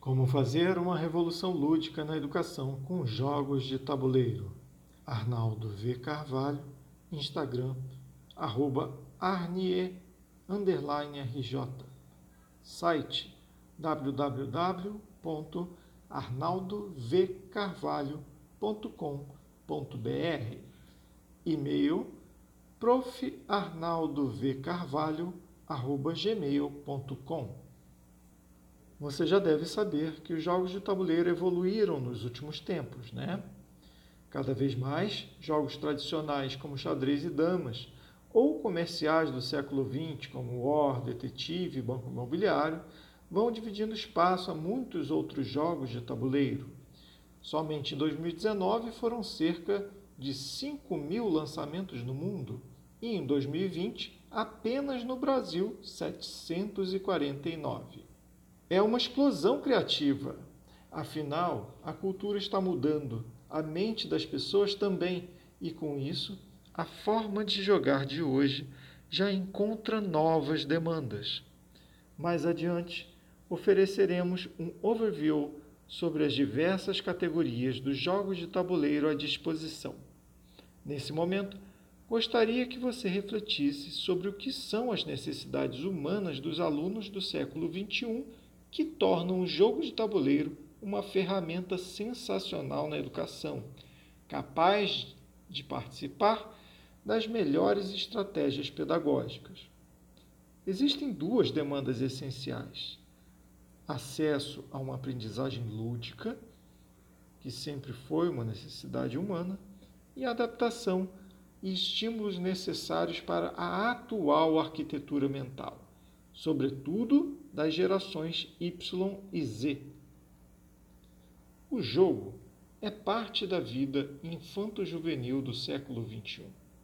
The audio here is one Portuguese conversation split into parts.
Como fazer uma revolução lúdica na educação com jogos de tabuleiro. Arnaldo V. Carvalho, Instagram, @arnie_rj. Site www.arnaldovcarvalho.com.br. E-mail profarnaldovcarvalho@gmail.com. Você já deve saber que os jogos de tabuleiro evoluíram nos últimos tempos, né? Cada vez mais, jogos tradicionais como xadrez e damas, ou comerciais do século XX como War, Detetive e Banco Imobiliário, vão dividindo espaço a muitos outros jogos de tabuleiro. Somente em 2019 foram cerca de 5.000 lançamentos no mundo, e em 2020, apenas no Brasil, 749. É uma explosão criativa. Afinal, a cultura está mudando, a mente das pessoas também, e com isso, a forma de jogar de hoje já encontra novas demandas. Mais adiante, ofereceremos um overview sobre as diversas categorias dos jogos de tabuleiro à disposição. Nesse momento, gostaria que você refletisse sobre o que são as necessidades humanas dos alunos do século XXI que tornam o jogo de tabuleiro uma ferramenta sensacional na educação, capaz de participar das melhores estratégias pedagógicas. Existem duas demandas essenciais: acesso a uma aprendizagem lúdica, que sempre foi uma necessidade humana, e adaptação e estímulos necessários para a atual arquitetura mental, sobretudo das gerações Y e Z. O jogo é parte da vida infanto-juvenil do século XXI.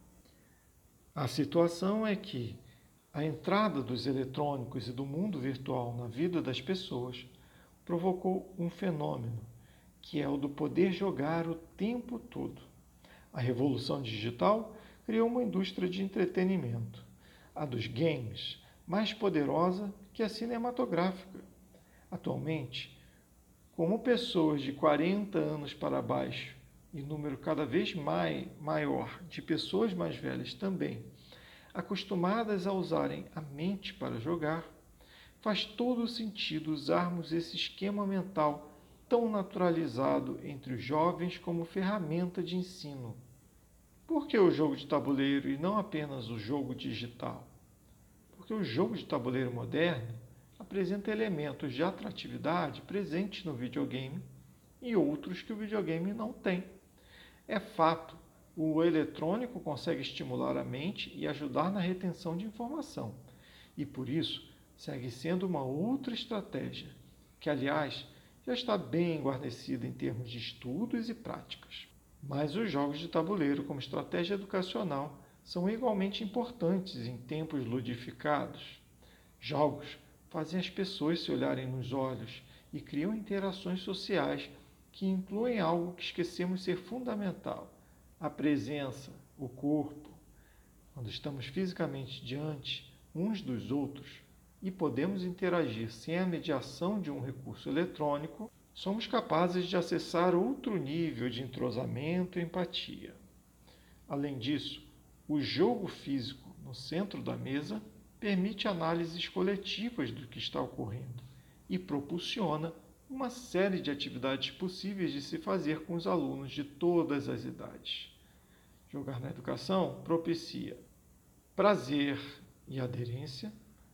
A situação é que a entrada dos eletrônicos e do mundo virtual na vida das pessoas provocou um fenômeno, que é o do poder jogar o tempo todo. A revolução digital criou uma indústria de entretenimento, a dos games, mais poderosa que a cinematográfica. Atualmente, como pessoas de 40 anos para baixo e número cada vez maior de pessoas mais velhas também, acostumadas a usarem a mente para jogar, faz todo o sentido usarmos esse esquema mental tão naturalizado entre os jovens como ferramenta de ensino. Por que o jogo de tabuleiro e não apenas o jogo digital? Porque o jogo de tabuleiro moderno apresenta elementos de atratividade presentes no videogame e outros que o videogame não tem. É fato, o eletrônico consegue estimular a mente e ajudar na retenção de informação, e por isso segue sendo uma outra estratégia, que aliás já está bem guarnecida em termos de estudos e práticas. Mas os jogos de tabuleiro como estratégia educacional são igualmente importantes em tempos ludificados. Jogos fazem as pessoas se olharem nos olhos e criam interações sociais que incluem algo que esquecemos ser fundamental: a presença, o corpo. Quando estamos fisicamente diante uns dos outros e podemos interagir sem a mediação de um recurso eletrônico, somos capazes de acessar outro nível de entrosamento e empatia. Além disso, o jogo físico no centro da mesa permite análises coletivas do que está ocorrendo e propulsiona uma série de atividades possíveis de se fazer com os alunos de todas as idades. Jogar na educação propicia prazer e aderência,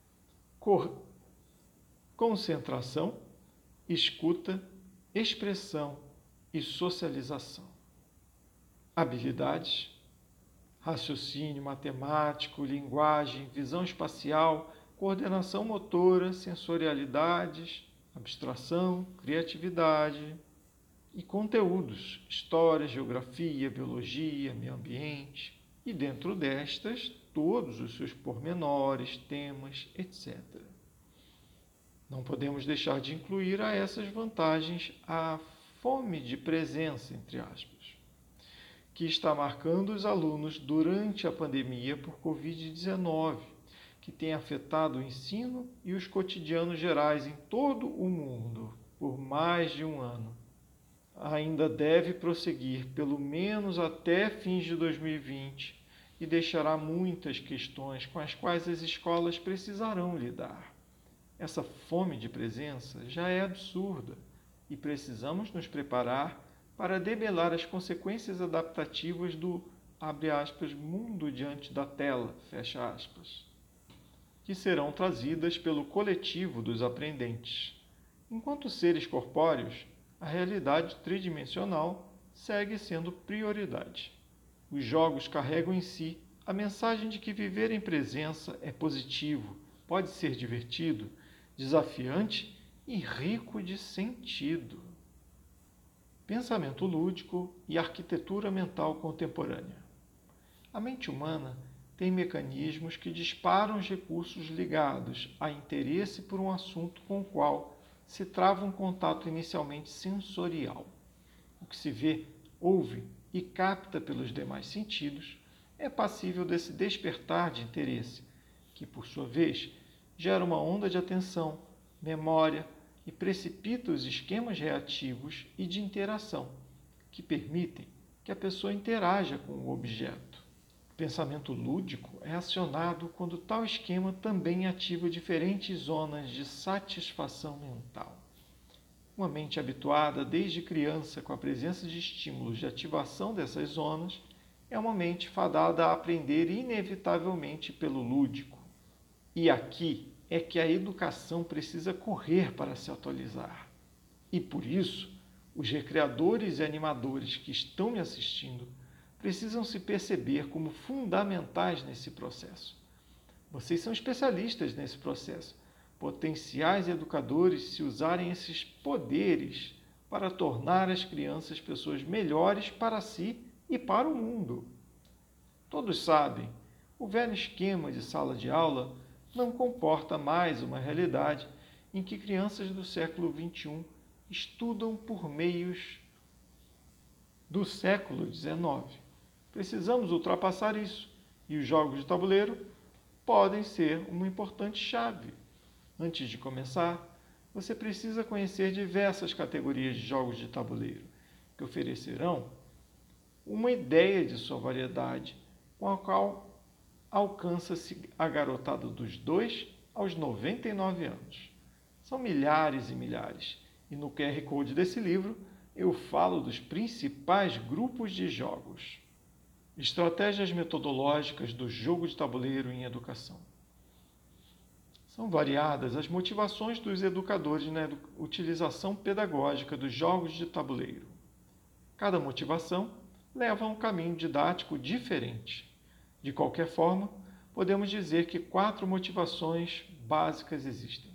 concentração, escuta, expressão e socialização. Habilidades: raciocínio matemático, linguagem, visão espacial, coordenação motora, sensorialidades, abstração, criatividade. E conteúdos: história, geografia, biologia, meio ambiente. E dentro destas, todos os seus pormenores, temas, etc. Não podemos deixar de incluir a essas vantagens a fome de presença, entre aspas, que está marcando os alunos durante a pandemia por Covid-19, que tem afetado o ensino e os cotidianos gerais em todo o mundo, por mais de um ano. Ainda deve prosseguir pelo menos até fins de 2020 e deixará muitas questões com as quais as escolas precisarão lidar. Essa fome de presença já é absurda e precisamos nos preparar para debelar as consequências adaptativas do, abre aspas, mundo diante da tela, fecha aspas, que serão trazidas pelo coletivo dos aprendentes. Enquanto seres corpóreos, a realidade tridimensional segue sendo prioridade. Os jogos carregam em si a mensagem de que viver em presença é positivo, pode ser divertido, desafiante e rico de sentido. Pensamento lúdico e arquitetura mental contemporânea. A mente humana tem mecanismos que disparam os recursos ligados a interesse por um assunto com o qual se trava um contato inicialmente sensorial. O que se vê, ouve e capta pelos demais sentidos é passível desse despertar de interesse, que, por sua vez, gera uma onda de atenção, memória e precipita os esquemas reativos e de interação, que permitem que a pessoa interaja com o objeto. O pensamento lúdico é acionado quando tal esquema também ativa diferentes zonas de satisfação mental. Uma mente habituada desde criança com a presença de estímulos de ativação dessas zonas é uma mente fadada a aprender inevitavelmente pelo lúdico. E aqui é que a educação precisa correr para se atualizar. E por isso, os recreadores e animadores que estão me assistindo precisam se perceber como fundamentais nesse processo. Vocês são especialistas nesse processo, potenciais educadores se usarem esses poderes para tornar as crianças pessoas melhores para si e para o mundo. Todos sabem, o velho esquema de sala de aula não comporta mais uma realidade em que crianças do século XXI estudam por meios do século XIX. Precisamos ultrapassar isso, e os jogos de tabuleiro podem ser uma importante chave. Antes de começar, você precisa conhecer diversas categorias de jogos de tabuleiro, que oferecerão uma ideia de sua variedade, com a qual alcança-se a garotada dos 2 aos 99 anos. São milhares e milhares, e no QR Code desse livro eu falo dos principais grupos de jogos. Estratégias metodológicas do jogo de tabuleiro em educação. São variadas as motivações dos educadores na utilização pedagógica dos jogos de tabuleiro. Cada motivação leva a um caminho didático diferente. De qualquer forma, podemos dizer que 4 motivações básicas existem.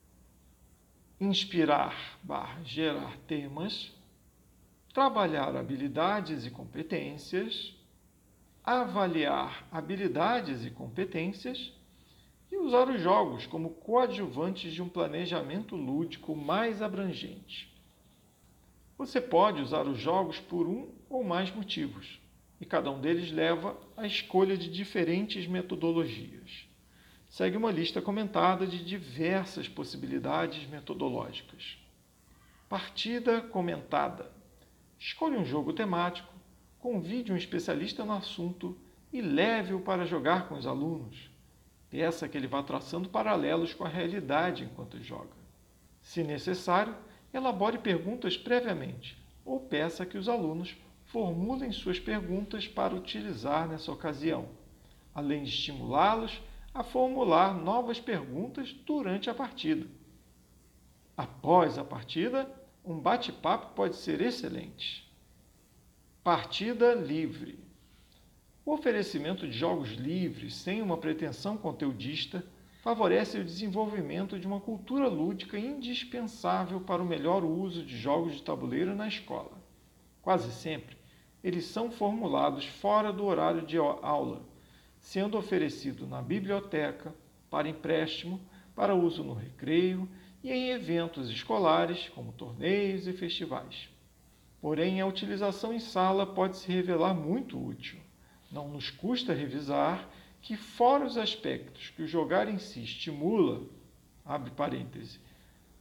Inspirar/gerar temas, trabalhar habilidades e competências, avaliar habilidades e competências e usar os jogos como coadjuvantes de um planejamento lúdico mais abrangente. Você pode usar os jogos por um ou mais motivos, e cada um deles leva à escolha de diferentes metodologias. Segue uma lista comentada de diversas possibilidades metodológicas. Partida comentada. Escolha um jogo temático, convide um especialista no assunto e leve-o para jogar com os alunos. Peça que ele vá traçando paralelos com a realidade enquanto joga. Se necessário, elabore perguntas previamente ou peça que os alunos formulem suas perguntas para utilizar nessa ocasião, além de estimulá-los a formular novas perguntas durante a partida. Após a partida, um bate-papo pode ser excelente. Partida livre. O oferecimento de jogos livres, sem uma pretensão conteudista, favorece o desenvolvimento de uma cultura lúdica indispensável para o melhor uso de jogos de tabuleiro na escola. Quase sempre, eles são formulados fora do horário de aula, sendo oferecido na biblioteca, para empréstimo, para uso no recreio e em eventos escolares, como torneios e festivais. Porém, a utilização em sala pode se revelar muito útil. Não nos custa revisar que, fora os aspectos que o jogar em si estimula, abre parêntese,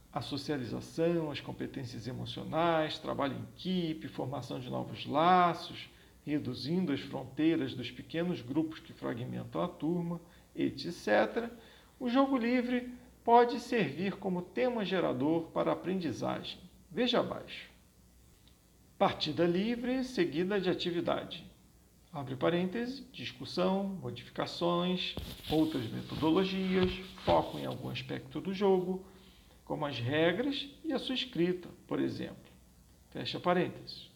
A socialização, as competências emocionais, trabalho em equipe, formação de novos laços, reduzindo as fronteiras dos pequenos grupos que fragmentam a turma, etc. O jogo livre pode servir como tema gerador para a aprendizagem. Veja abaixo. Partida livre seguida de atividade. Abre parênteses, discussão, modificações, outras metodologias, foco em algum aspecto do jogo, como as regras e a sua escrita, por exemplo. Fecha parênteses.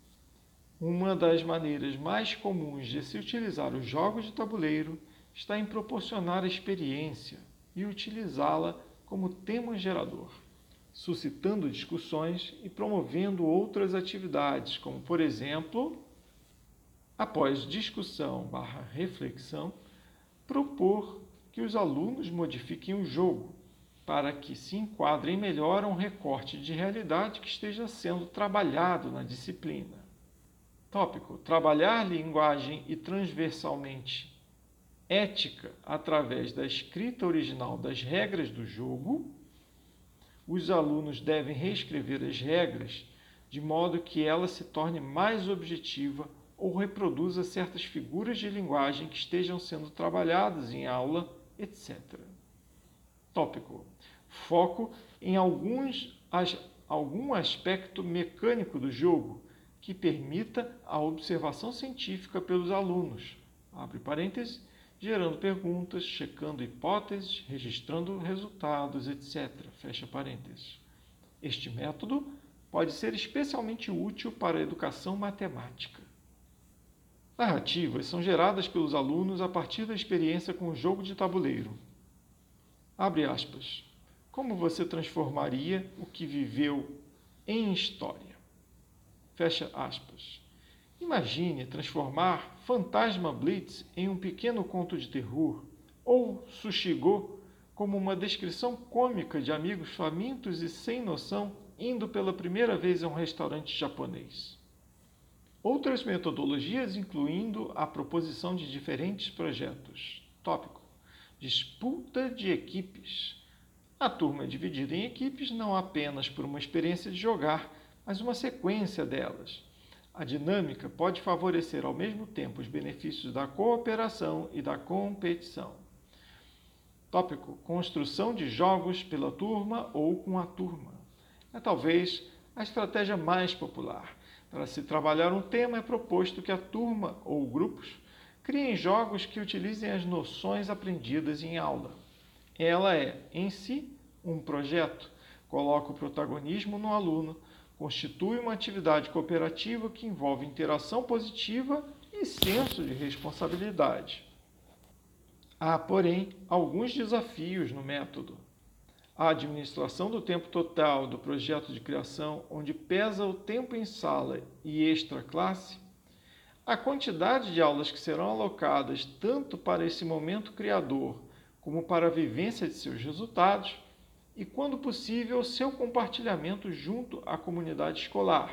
Uma das maneiras mais comuns de se utilizar os jogos de tabuleiro está em proporcionar a experiência e utilizá-la como tema gerador, suscitando discussões e promovendo outras atividades, como, por exemplo, após discussão/reflexão, propor que os alunos modifiquem o jogo para que se enquadrem melhor a um recorte de realidade que esteja sendo trabalhado na disciplina. Tópico: trabalhar linguagem e transversalmente ética através da escrita original das regras do jogo. Os alunos devem reescrever as regras de modo que ela se torne mais objetiva ou reproduza certas figuras de linguagem que estejam sendo trabalhadas em aula, etc. Tópico: foco em algum aspecto mecânico do jogo que permita a observação científica pelos alunos. Abre parênteses, gerando perguntas, checando hipóteses, registrando resultados, etc. Fecha parênteses. Este método pode ser especialmente útil para a educação matemática. Narrativas são geradas pelos alunos a partir da experiência com o jogo de tabuleiro. Abre aspas. Como você transformaria o que viveu em história? Fecha aspas. Imagine transformar Fantasma Blitz em um pequeno conto de terror, ou Sushi Go como uma descrição cômica de amigos famintos e sem noção indo pela primeira vez a um restaurante japonês. Outras metodologias incluindo a proposição de diferentes projetos. Tópico: disputa de equipes. A turma é dividida em equipes não apenas por uma experiência de jogar, mas uma sequência delas. A dinâmica pode favorecer ao mesmo tempo os benefícios da cooperação e da competição. Tópico: construção de jogos pela turma ou com a turma. É talvez a estratégia mais popular. Para se trabalhar um tema, é proposto que a turma ou grupos criem jogos que utilizem as noções aprendidas em aula. Ela é, em si, um projeto, coloca o protagonismo no aluno, constitui uma atividade cooperativa que envolve interação positiva e senso de responsabilidade. Há, porém, alguns desafios no método. A administração do tempo total do projeto de criação, onde pesa o tempo em sala e extra-classe, a quantidade de aulas que serão alocadas tanto para esse momento criador como para a vivência de seus resultados e, quando possível, seu compartilhamento junto à comunidade escolar.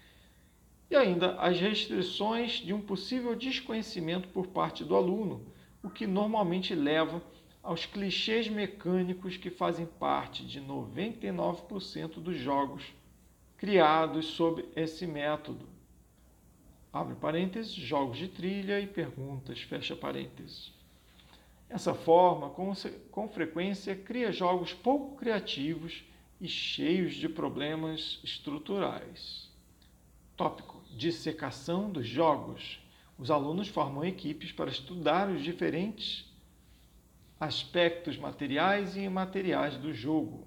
E ainda as restrições de um possível desconhecimento por parte do aluno, o que normalmente leva aos clichês mecânicos que fazem parte de 99% dos jogos criados sob esse método. Abre parênteses, jogos de trilha e perguntas, fecha parênteses. Essa forma, com frequência, cria jogos pouco criativos e cheios de problemas estruturais. Tópico: dissecação dos jogos. Os alunos formam equipes para estudar os diferentes aspectos materiais e imateriais do jogo,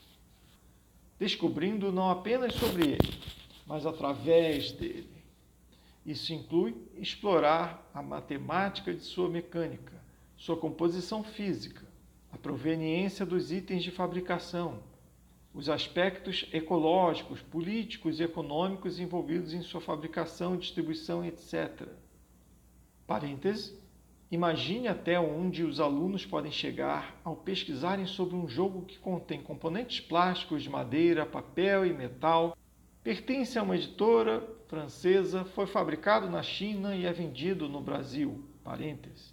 descobrindo não apenas sobre ele, mas através dele. Isso inclui explorar a matemática de sua mecânica, sua composição física, a proveniência dos itens de fabricação, os aspectos ecológicos, políticos e econômicos envolvidos em sua fabricação, distribuição, etc. Parênteses. Imagine até onde os alunos podem chegar ao pesquisarem sobre um jogo que contém componentes plásticos de madeira, papel e metal, pertence a uma editora francesa, foi fabricado na China e é vendido no Brasil. Parênteses.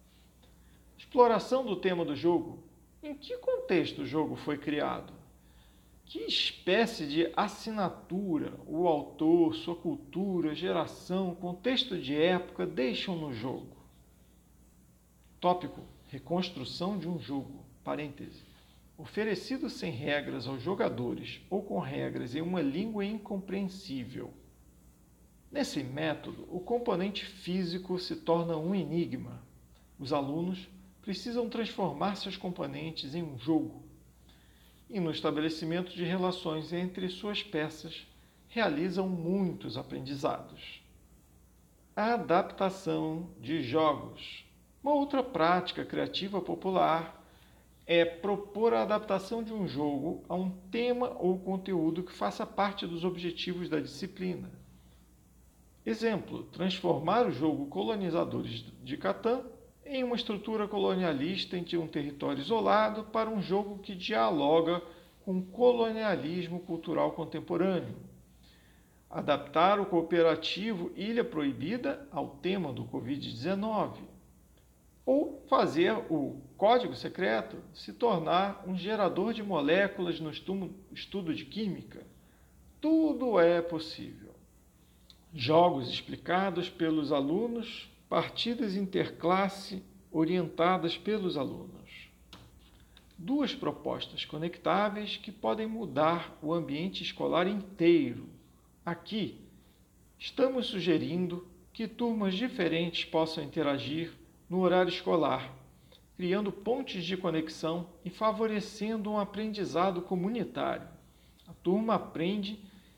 Exploração do tema do jogo. Em que contexto o jogo foi criado? Que espécie de assinatura o autor, sua cultura, geração, contexto de época deixam no jogo? Tópico: reconstrução de um jogo. Parêntese. Oferecido sem regras aos jogadores ou com regras em uma língua incompreensível. Nesse método, o componente físico se torna um enigma. Os alunos precisam transformar seus componentes em um jogo. E no estabelecimento de relações entre suas peças, realizam muitos aprendizados. A adaptação de jogos. Uma outra prática criativa popular é propor a adaptação de um jogo a um tema ou conteúdo que faça parte dos objetivos da disciplina. Exemplo: transformar o jogo Colonizadores de Catan em uma estrutura colonialista em um território isolado para um jogo que dialoga com o colonialismo cultural contemporâneo. Adaptar o cooperativo Ilha Proibida ao tema do Covid-19. Ou fazer o código secreto se tornar um gerador de moléculas no estudo de química. Tudo é possível. Jogos explicados pelos alunos, partidas interclasse orientadas pelos alunos. Duas propostas conectáveis que podem mudar o ambiente escolar inteiro. Aqui, estamos sugerindo que turmas diferentes possam interagir no horário escolar, criando pontes de conexão e favorecendo um aprendizado comunitário. A turma aprende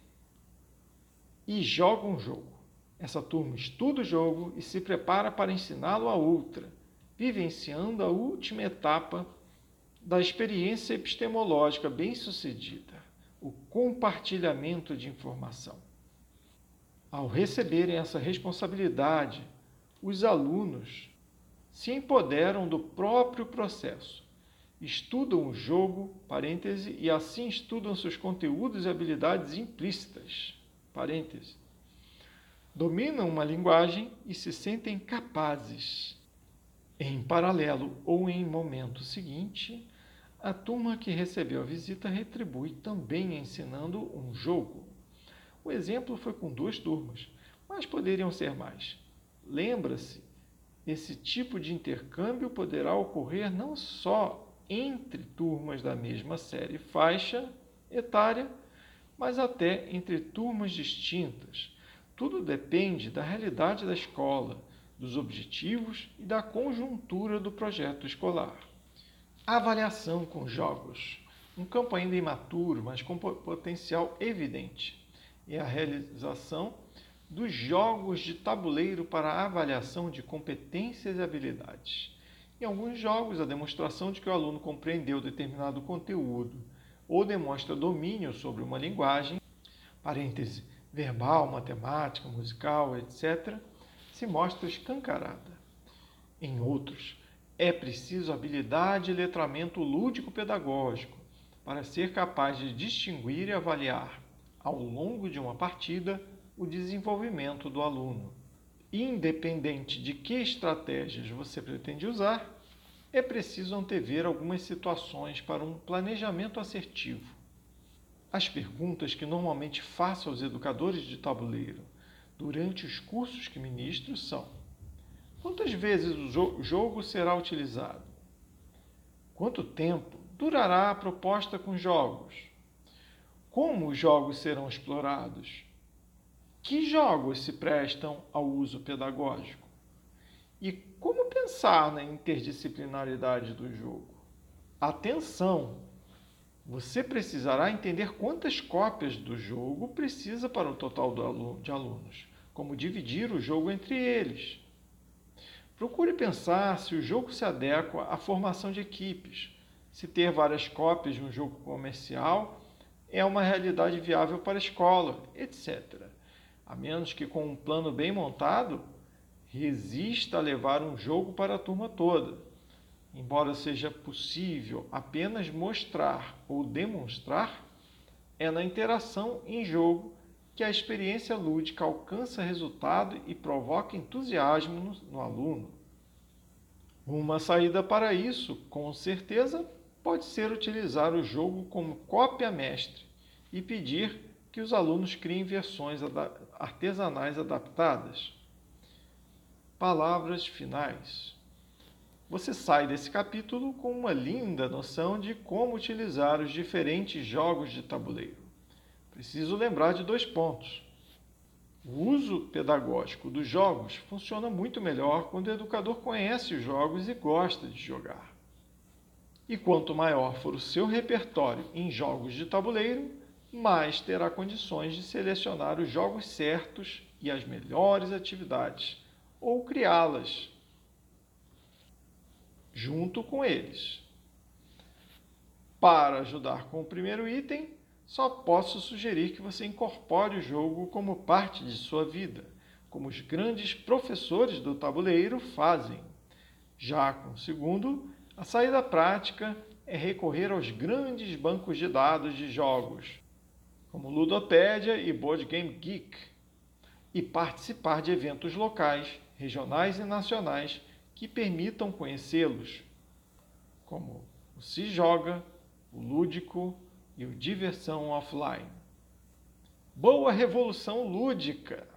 e joga um jogo. Essa turma estuda o jogo e se prepara para ensiná-lo a outra, vivenciando a última etapa da experiência epistemológica bem-sucedida, o compartilhamento de informação. Ao receberem essa responsabilidade, os alunos se empoderam do próprio processo, estudam o jogo, parêntese, e assim estudam seus conteúdos e habilidades implícitas, parêntese. Dominam uma linguagem e se sentem capazes. Em paralelo ou em momento seguinte, a turma que recebeu a visita retribui também ensinando um jogo. O exemplo foi com 2 turmas, mas poderiam ser mais. Lembra-se, esse tipo de intercâmbio poderá ocorrer não só entre turmas da mesma série e faixa etária, mas até entre turmas distintas. Tudo depende da realidade da escola, dos objetivos e da conjuntura do projeto escolar. Avaliação com jogos. Um campo ainda imaturo, mas com potencial evidente. É a realização dos jogos de tabuleiro para a avaliação de competências e habilidades. Em alguns jogos, a demonstração de que o aluno compreendeu determinado conteúdo ou demonstra domínio sobre uma linguagem, parêntese, verbal, matemática, musical, etc., se mostra escancarada. Em outros, é preciso habilidade e letramento lúdico-pedagógico para ser capaz de distinguir e avaliar, ao longo de uma partida, o desenvolvimento do aluno. Independente de que estratégias você pretende usar, é preciso antever algumas situações para um planejamento assertivo. As perguntas que normalmente faço aos educadores de tabuleiro durante os cursos que ministro são: quantas vezes o jogo será utilizado? Quanto tempo durará a proposta com jogos? Como os jogos serão explorados? Que jogos se prestam ao uso pedagógico? E como pensar na interdisciplinaridade do jogo? Atenção! Você precisará entender quantas cópias do jogo precisa para o total de alunos, como dividir o jogo entre eles. Procure pensar se o jogo se adequa à formação de equipes, se ter várias cópias de um jogo comercial é uma realidade viável para a escola, etc. A menos que com um plano bem montado, resista a levar um jogo para a turma toda. Embora seja possível apenas mostrar ou demonstrar, é na interação em jogo que a experiência lúdica alcança resultado e provoca entusiasmo no aluno. Uma saída para isso, com certeza, pode ser utilizar o jogo como cópia-mestre e pedir que os alunos criem versões artesanais adaptadas. Palavras finais. Você sai desse capítulo com uma linda noção de como utilizar os diferentes jogos de tabuleiro. Preciso lembrar de 2 pontos. O uso pedagógico dos jogos funciona muito melhor quando o educador conhece os jogos e gosta de jogar. E quanto maior for o seu repertório em jogos de tabuleiro, mais terá condições de selecionar os jogos certos e as melhores atividades, ou criá-las junto com eles. Para ajudar com o primeiro item, só posso sugerir que você incorpore o jogo como parte de sua vida, como os grandes professores do tabuleiro fazem. Já com o segundo, a saída prática é recorrer aos grandes bancos de dados de jogos, como Ludopédia e Board Game Geek, e participar de eventos locais, regionais e nacionais que permitam conhecê-los, como o Se Joga, o Lúdico e o Diversão Offline. Boa revolução lúdica!